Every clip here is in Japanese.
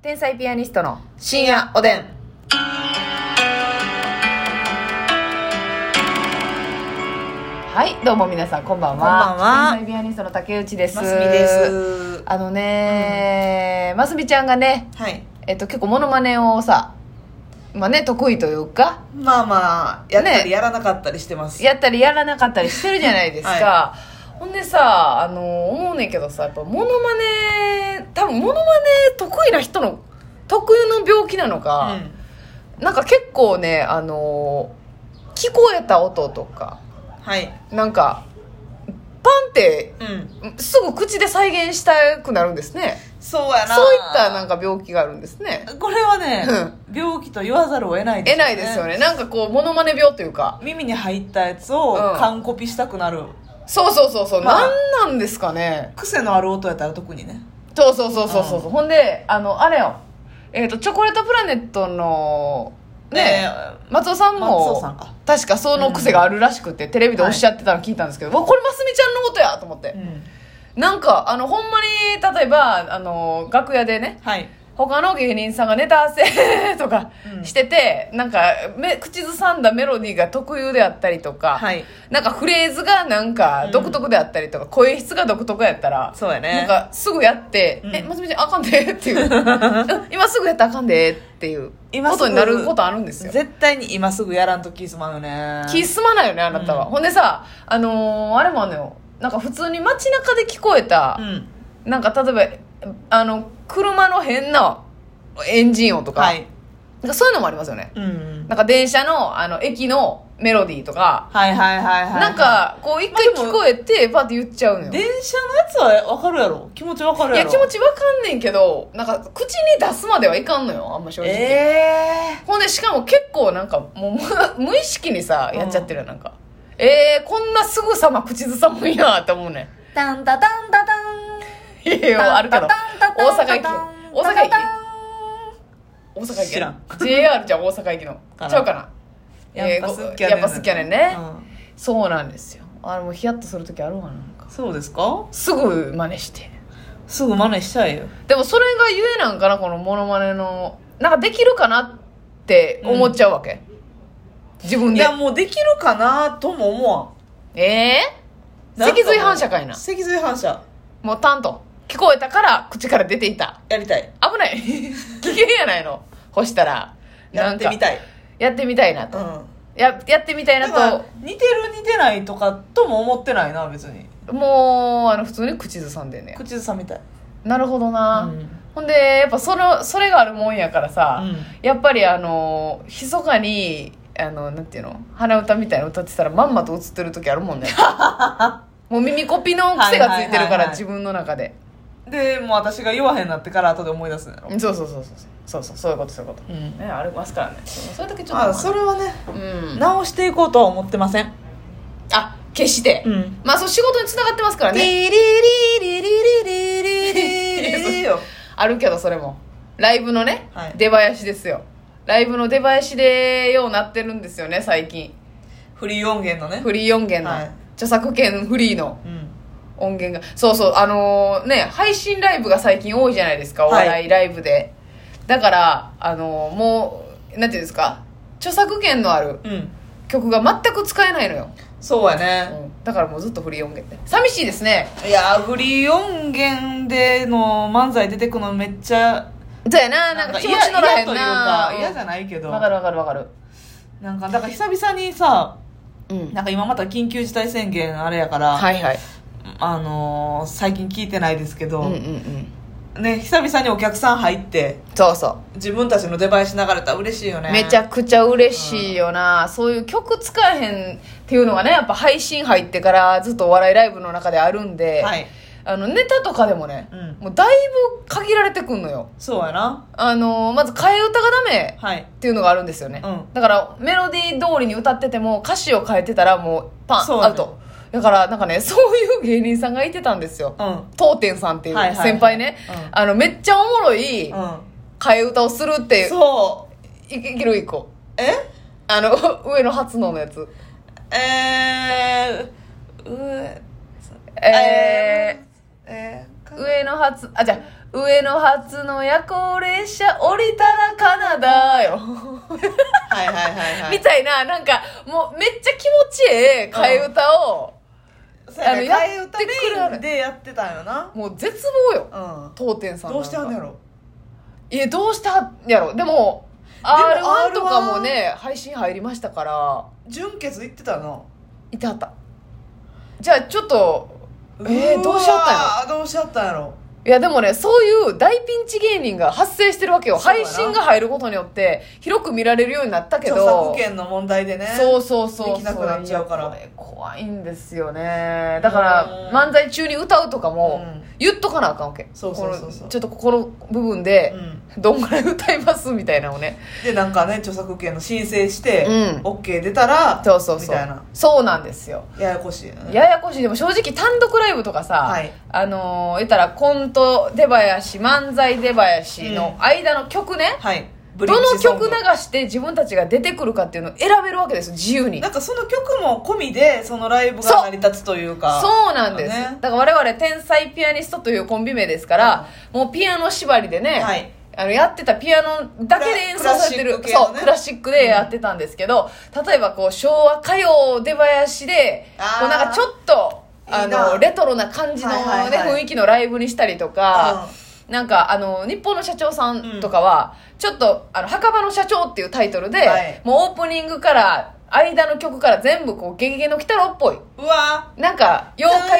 天才ピアニストの深夜おでん。はい、どうも皆さんこんばんは。 こんばんは。 天才ピアニストの竹内です。 ますみです。 ますみちゃんがね、 はい。 結構モノマネをさ、まあね、得意というか、 まあまあやったりやらなかったりしてます。 やったりやらなかったりしてるじゃないですか。はい、ほんでさ、思うねんけどさ、やっぱモノマネ、多分モノマネ得意な人の特有の病気なのか、なんか結構ね、聞こえた音とか、 はい、 なんかパンって、すぐ口で再現したくなるんですね。 そうやな。 そういったなんか病気があるんですね。 これはね、病気と言わざるを得ないですよね。 得ないですよね。なんかこうモノマネ病というか、 耳に入ったやつを完コピしたくなる。 そう、まあ、なんなんですかね。 癖のある音やったら特にね。 そう、ほんであれよ、チョコレートプラネットのね、松尾さんも確かその癖があるらしくて、テレビでおっしゃってたの聞いたんですけど、これますみちゃんのことやと思って、なんかほんまに例えば楽屋でね、他の芸人さんがネタ合わせとかしてて、なんか口ずさんだメロディーが特有であったりとか、なんかフレーズがなんか独特であったりとか、声質が独特やったら、 そうやね、 なんかすぐやって、ますみちゃんあかんでっていう今すぐやったらあかんでっていうことになることあるんですよ。 絶対に今すぐやらんと気済まんよね。 気済まないよね、あなたは。ほんでさ、あれもあるのよ、なんか普通に街中で聞こえた、なんか例えば車の変なエンジン音とか、なんかそういうのもありますよね。なんか電車の駅のメロディーとか、なんかこう一回聞こえてパッて言っちゃうのよ。 電車のやつは分かるやろ、気持ち分かるやろ。 いや、気持ち分かんねんけど、なんか口に出すまではいかんのよ、あんま正直。ほんでしかも結構なんかもう無意識にさやっちゃってるよ、なんかこんなすぐさま口ずさむんやって思うねん。 タンタタンタタン。 いや、あるけど大阪駅、大阪駅知らん。 JR じゃん、大阪駅のちゃうかな。 やっぱ好きやねんね、そうなんですよ。もうヒヤッとする時あるわ。なんかそうですか。 すぐ真似してすぐ真似しちゃえよ。 でもそれがゆえなんかな、このモノマネのなんかできるかなって思っちゃうわけ、自分で。 いや、もうできるかなとも思わん。 脊髄反射かいな。 脊髄反射もうタンと聞こえたから口から出ていた。 やりたい。 危ない危険やないの。ほしたらやってみたい。 やってみたいなと、やってみたいなと。 似てる似てないとかとも思ってないな、別に。 もう普通に口ずさんでね。 口ずさみたい。 なるほどな、ほんでやっぱそれがあるもんやからさ、やっぱり密かになんていうの、鼻歌みたいなの歌ってたらまんまと映ってる時あるもんねもう耳コピの癖がついてるから、自分の中で。 でもう私が言わへんなってから後で思い出すんやろ。そういうこと、ありますからね。そういう時ちょっとそれはね、直していこうとは思ってません。 決して、まあそう仕事につながってますからね。 リリリリリリリリリあるけど、それもライブのね、出囃子ですよ。ライブの出囃子でようなってるんですよね、最近。 フリー音源のね、 フリー音源の、著作権フリーの音源が、そう配信ライブが最近多いじゃないですか、お笑いライブで。だからもうなんていうんですか、著作権のある曲が全く使えないのよ。 そうやね、 だからもうずっとフリー音源で寂しいですね。 いや、フリー音源での漫才出てくのめっちゃそうやな、なんか気持ち乗らへんな。 嫌というか、嫌じゃないけど、 わかる。 なんかだから久々にさ、なんか今また緊急事態宣言あれやから、最近聞いてないですけど、ね、久々にお客さん入って、自分たちの出囃子流れたら嬉しいよね。 めちゃくちゃ嬉しいよな、そういう曲使えへんっていうのがね、やっぱ配信入ってからずっとお笑いライブの中であるんで、ネタとかでもね、もうだいぶ限られてくんのよ。 そうやな。 まず替え歌がダメっていうのがあるんですよね、だからメロディー通りに歌ってても歌詞を変えてたらもうパン、アウト。だからなんかね、そういう芸人さんがいてたんですよ、当店さんっていう先輩ね、めっちゃおもろい替え歌をするっていう。いける一個。上の初のやつ。 上野発じゃあ上野発の夜行列車降りたらカナダよはいはいはいはいみたいな、なんかもうめっちゃ気持ちええ替え歌を、 替え歌メインでやってたんよな。 もう絶望よ、当店さん。 どうしてはんのやろ。 いや、どうしたんやろ。でも R1 とかもね配信入りましたから。 純潔行ってたの。 いてはった。じゃあちょっとどうしよったんやろ。 どうしよったんやろ。 いやでもね、そういう大ピンチ芸人が発生してるわけよ。配信が入ることによって広く見られるようになったけど、 著作権の問題でね、 そうできなくなっちゃうから。 これ怖いんですよね。だから漫才中に歌うとかも言っとかなあかんわけ。 そうちょっとここの部分でどんぐらい歌いますみたいなのをね。 でなんかね、著作権の申請して OK 出たらそうみたいな。 そうなんですよ。 ややこしいよね。 ややこしい。でも正直単独ライブとかさ、言ったらコント出囃子漫才出囃子の間の曲ね、どの曲流して自分たちが出てくるかっていうのを選べるわけです、自由に。 なんかその曲も込みでそのライブが成り立つというか。 そうなんです、ね、だから我々天才ピアニストというコンビ名ですから、もうピアノ縛りでね、やってたピアノだけで演奏されてるクラシックでやってたんですけど、例えばこう昭和歌謡出囃子でこうなんかちょっとレトロな感じの、雰囲気のライブにしたりとか、なんか日本の社長さんとかは、ちょっと墓場の社長っていうタイトルで、もうオープニングから間の曲から全部こうゲゲゲの鬼太郎っぽい、 うわなんか妖怪、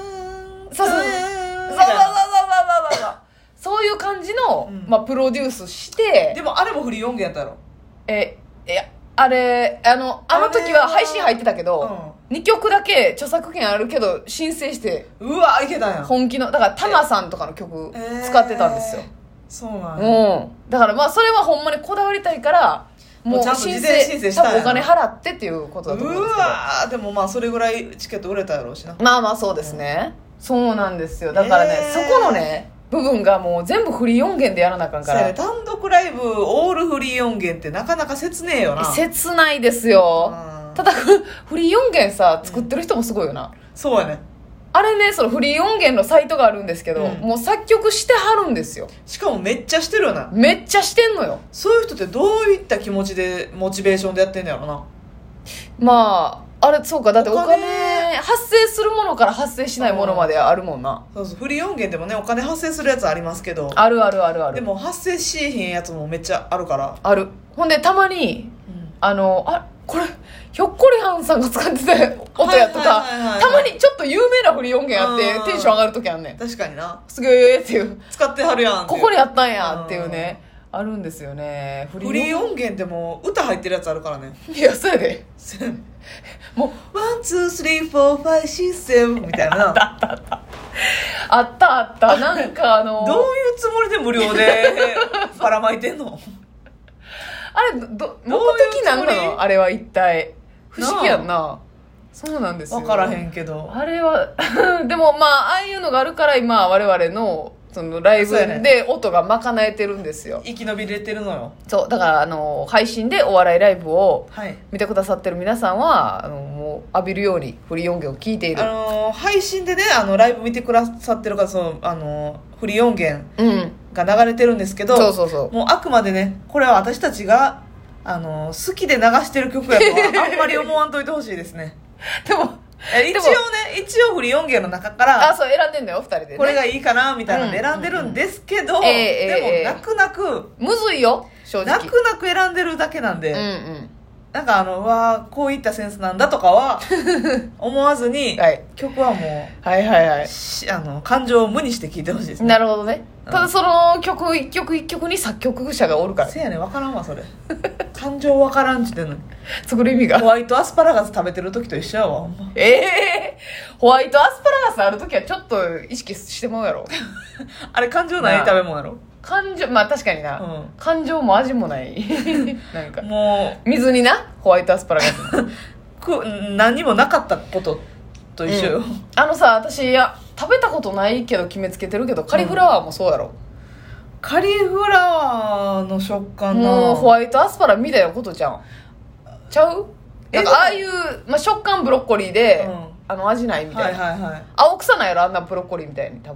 そういう感じの、プロデュースして。 でもあれもフリー音源やったやろ。 あれあの時は配信入ってたけど、2曲だけ著作権あるけど申請して、 うわいけたんや。 本気のだからタマさんとかの曲使ってたんですよ。 そうなんや。 だからそれはほんまにこだわりたいから、もうちゃんと事前申請したんや。 多分お金払ってっていうことだと思うんですけど。 うわでもそれぐらいチケット売れたやろうしな。 そうですね、そうなんですよ。だからね、そこのね部分がもう全部フリー音源でやらなあかんから。 単独ライブオールフリー音源ってなかなか切ねえよな。 切ないですよ。ただフリー音源さ作ってる人もすごいよな。 そうやね。 あれね、そのフリー音源のサイトがあるんですけど、もう作曲してはるんですよ。 しかもめっちゃしてるよな。 めっちゃしてんのよ。 そういう人ってどういった気持ちでモチベーションでやってんのやろな。 あれそうか、だってお金発生するものから発生しないものまであるもんな。 そうフリー音源でもね、お金発生するやつありますけど、 ある。 でも発生しへんやつもめっちゃあるから。 ある。ほんでたまに、これひょっこりはんさんが使ってた音やとか、たまにちょっと有名なフリー音源やってテンション上がる時あんねん。 確かにな。 すげーっていう、 使ってはるやん、 ここにあったんやっていうね、あるんですよね。 フリー音源でも歌入ってるやつあるからね。 いやそうやでもうワンツースリーフォーファイシーセブンみたいなあったなんかどういうつもりで無料でばらまいてんのあれ目的なんなのあれは一体。不思議やんな。そうなんですよ。 分からへんけどあれはでもああいうのがあるから今我々のそのライブで音が賄えてるんですよ。 生き延びれてるのよ。 そうだから配信でお笑いライブを見てくださってる皆さんは、もう浴びるようにフリー音源を聞いている。 配信でねライブ見てくださってる方、フリー音源が流れてるんですけど、もうあくまでねこれは私たちが好きで流してる曲やとはあんまり思わんといてほしいですね。 でも一応フリー音源の中からそう選んでんだよ2人で、ね、 これがいいかなみたいなので選んでるんですけど、でも泣く泣くむずいよ正直。 泣く泣く選んでるだけなんで、なんかこういったセンスなんだとかは思わずに、曲はもう、感情を無にして聴いてほしいですね。 なるほどね。ただその曲一曲一曲に作曲者がおるから。 せやねん、分からんわそれ感情分からんって言ってんのに作る意味が。 ホワイトアスパラガス食べてる時と一緒やわほんま。 ホワイトアスパラガスある時はちょっと意識してまうやろあれ感情ない食べ物やろ。 感情確かにな、感情も味もないなんかもう水になホワイトアスパラガス何にもなかったことと一緒よ、 私食べたことないけど決めつけてるけどカリフラワーもそうやろ、 カリフラワーの食感な。 もうホワイトアスパラみたいなことじゃんちゃう。なんかああいう、食感ブロッコリーで、味ないみたいな、青臭ないやろあんなブロッコリーみたいに多分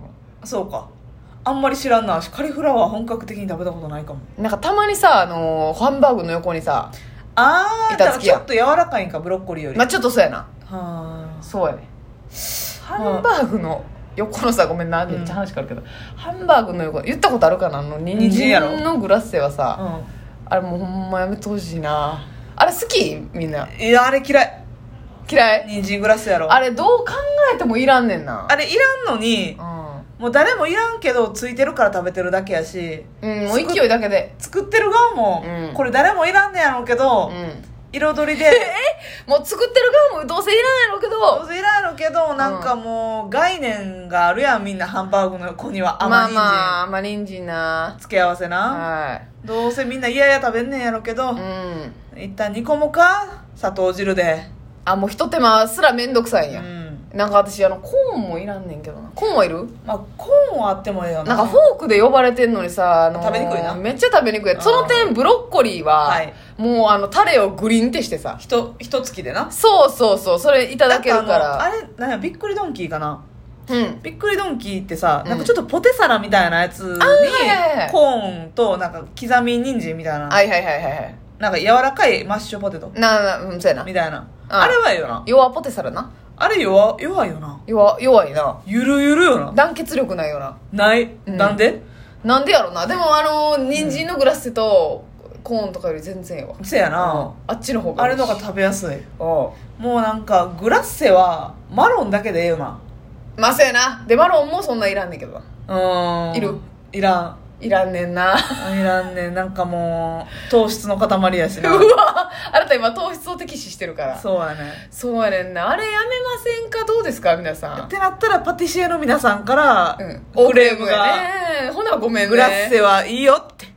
そうか、あんまり知らんな。カリフラワー本格的に食べたことないかも。 なんかたまにさ、ハンバーグの横にさ、 だからちょっと柔らかいんか、ブロッコリーより。 まあちょっとそうやな。 はそうやね。ハンバーグの横のさ、ごめんな、めっちゃ話変わるけど、ハンバーグの横、言ったことあるかな、人参のグラッセはさ、あれもうほんまやめてほしいな。あれ好きみんな。 いや、あれ嫌い。 嫌い？ 人参グラスやろ。 あれどう考えてもいらんねんな。 あれいらんのに、もう誰もいらんけどついてるから食べてるだけやし、 もう勢いだけで作ってる側も、これ誰もいらんねやろうけど、彩りでもう作ってる側もどうせいらんやろうけど、 どうせいらんやろうけど、なんかもう概念があるやん、みんな。ハンバーグの横には甘人参、 甘人参な、 付け合わせな、はい、どうせみんな嫌々食べんねんやろうけど、一旦煮込もうか、砂糖汁で。 もうひと手間すらめんどくさいんや、なんか私コーンもいらんねんけどな。コーンはいる？ まあコーンはあってもええよな。 なんかフォークで呼ばれてんのにさ、 食べにくいな。 めっちゃ食べにくい。その点ブロッコリーは、はい、もうタレをグリンってしてさ、 ひとつきでな。 そうそうそう、それいただけるから。 あれなんや、びっくりドンキーかな。びっくりドンキーってさ、なんかちょっとポテサラみたいなやつに、コーンとなんか刻み人参みたいな、なんか柔らかいマッシュポテトそうやなみたいな、あれはいいよな。 弱ポテサラな。 あれ弱いよな。 弱いな。 ゆるゆるよな。 団結力ないよな。 ない、なんでやろな。でも人参のグラッセとコーンとかより全然やわ。 せやな、 あっちの方があれのが食べやすい。もうなんかグラッセはマロンだけでええよな。 まあそうやな。でマロンもそんないらんねんけどな。いる？ いらん。 いらんねんな。 いらんねん。なんかもう糖質の塊やしな。 うわ、あなた今糖質を敵視してるから。 そうやね。 そうやねんな。あれやめませんか？どうですか皆さん。 ってなったらパティシエの皆さんから、 クレームがね。ほなごめんね。 グラッセはいいよって。